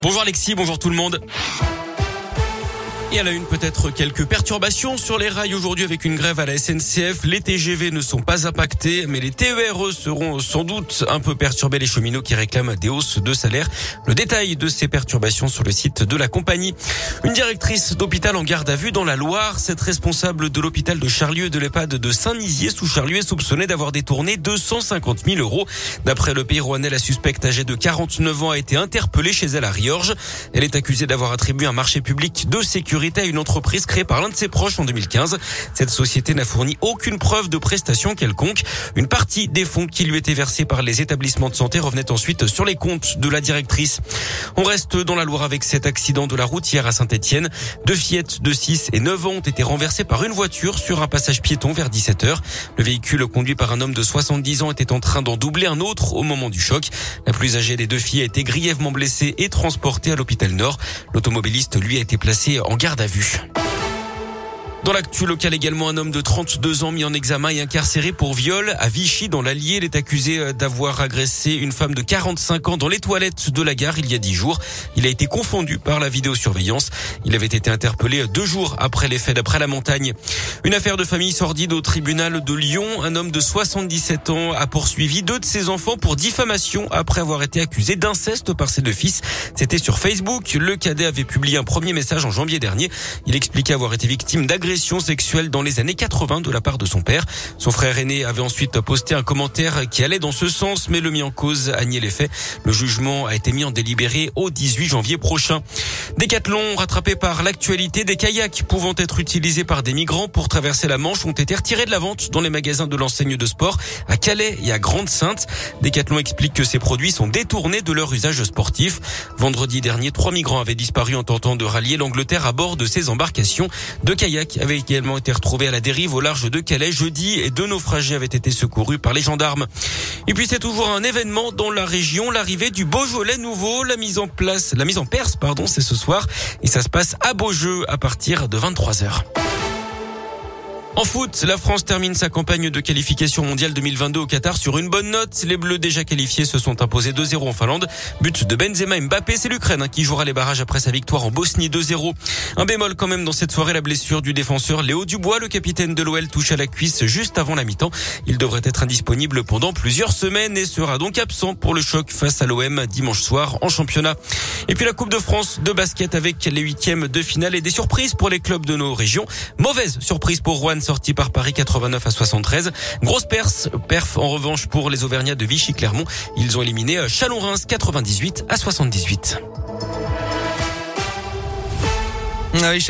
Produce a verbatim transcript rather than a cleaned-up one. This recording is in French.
Bonjour Alexis, bonjour tout le monde. Et à la une, peut-être quelques perturbations sur les rails aujourd'hui avec une grève à la S N C F. Les T G V ne sont pas impactés, mais les T E R E seront sans doute un peu perturbés. Les cheminots qui réclament des hausses de salaire. Le détail de ces perturbations sur le site de la compagnie. Une directrice d'hôpital en garde à vue dans la Loire. Cette responsable de l'hôpital de Charlieu et de l'EHPAD de Saint-Nizier sous Charlieu est soupçonnée d'avoir détourné deux cent cinquante mille euros. D'après le Pays rouennais, la suspecte âgée de quarante-neuf ans a été interpellée chez elle à Riorges. Elle est accusée d'avoir attribué un marché public de sécurité à une entreprise créée par l'un de ses proches en deux mille quinze. Cette société n'a fourni aucune preuve de prestation quelconque. Une partie des fonds qui lui étaient versés par les établissements de santé revenaient ensuite sur les comptes de la directrice. On reste dans la Loire avec cet accident de la route hier à Saint-Étienne. Deux fillettes de six et neuf ans ont été renversées par une voiture sur un passage piéton vers dix-sept heures. Le véhicule conduit par un homme de soixante-dix ans était en train d'en doubler un autre au moment du choc. La plus âgée des deux filles a été grièvement blessée et transportée à l'hôpital Nord. L'automobiliste, lui, a été placé en garde à vue. Dans l'actu locale également, un homme de trente-deux ans mis en examen et incarcéré pour viol à Vichy dans l'Allier. Il est accusé d'avoir agressé une femme de quarante-cinq ans dans les toilettes de la gare il y a dix jours. Il a été confondu par la vidéosurveillance. Il avait été interpellé deux jours après les faits d'après la montagne. Une affaire de famille sordide au tribunal de Lyon. Un homme de soixante-dix-sept ans a poursuivi deux de ses enfants pour diffamation après avoir été accusé d'inceste par ses deux fils. C'était sur Facebook. Le cadet avait publié un premier message en janvier dernier. Il expliquait avoir été victime d'agression sexuelle dans les années quatre-vingts de la part de son père. Son frère aîné avait ensuite posté un commentaire qui allait dans ce sens, mais le mis en cause a nié les faits. Le jugement a été mis en délibéré au dix-huit janvier prochain. Décathlon rattrapé par l'actualité. Des kayaks pouvant être utilisés par des migrants pour traverser la Manche ont été retirés de la vente dans les magasins de l'enseigne de sport à Calais et à Grande-Synthe. Décathlon explique que ces produits sont détournés de leur usage sportif. Vendredi dernier, trois migrants avaient disparu en tentant de rallier l'Angleterre à bord de ces embarcations. Deux kayaks avaient également été retrouvés à la dérive au large de Calais jeudi et deux naufragés avaient été secourus par les gendarmes. Et puis c'est toujours un événement dans la région, l'arrivée du Beaujolais nouveau, la mise en place, la mise en Perse, pardon, c'est ce soir et ça se passe à Beaujeu à partir de vingt-trois heures. En foot, la France termine sa campagne de qualification mondiale deux mille vingt-deux au Qatar sur une bonne note. Les Bleus déjà qualifiés se sont imposés deux zéro en Finlande. But de Benzema et Mbappé, c'est l'Ukraine hein, qui jouera les barrages après sa victoire en Bosnie deux zéro. Un bémol quand même dans cette soirée, la blessure du défenseur Léo Dubois, le capitaine de l'O L, touche à la cuisse juste avant la mi-temps. Il devrait être indisponible pendant plusieurs semaines et sera donc absent pour le choc face à l'O M dimanche soir en championnat. Et puis la Coupe de France de basket avec les huitièmes de finale et des surprises pour les clubs de nos régions. Mauvaise surprise pour Rouen, sorti par Paris quatre-vingt-neuf à soixante-treize. Grosse perf, perf en revanche pour les Auvergnats de Vichy-Clermont. Ils ont éliminé Chalon-Reims quatre-vingt-dix-huit à soixante-dix-huit. Ah oui,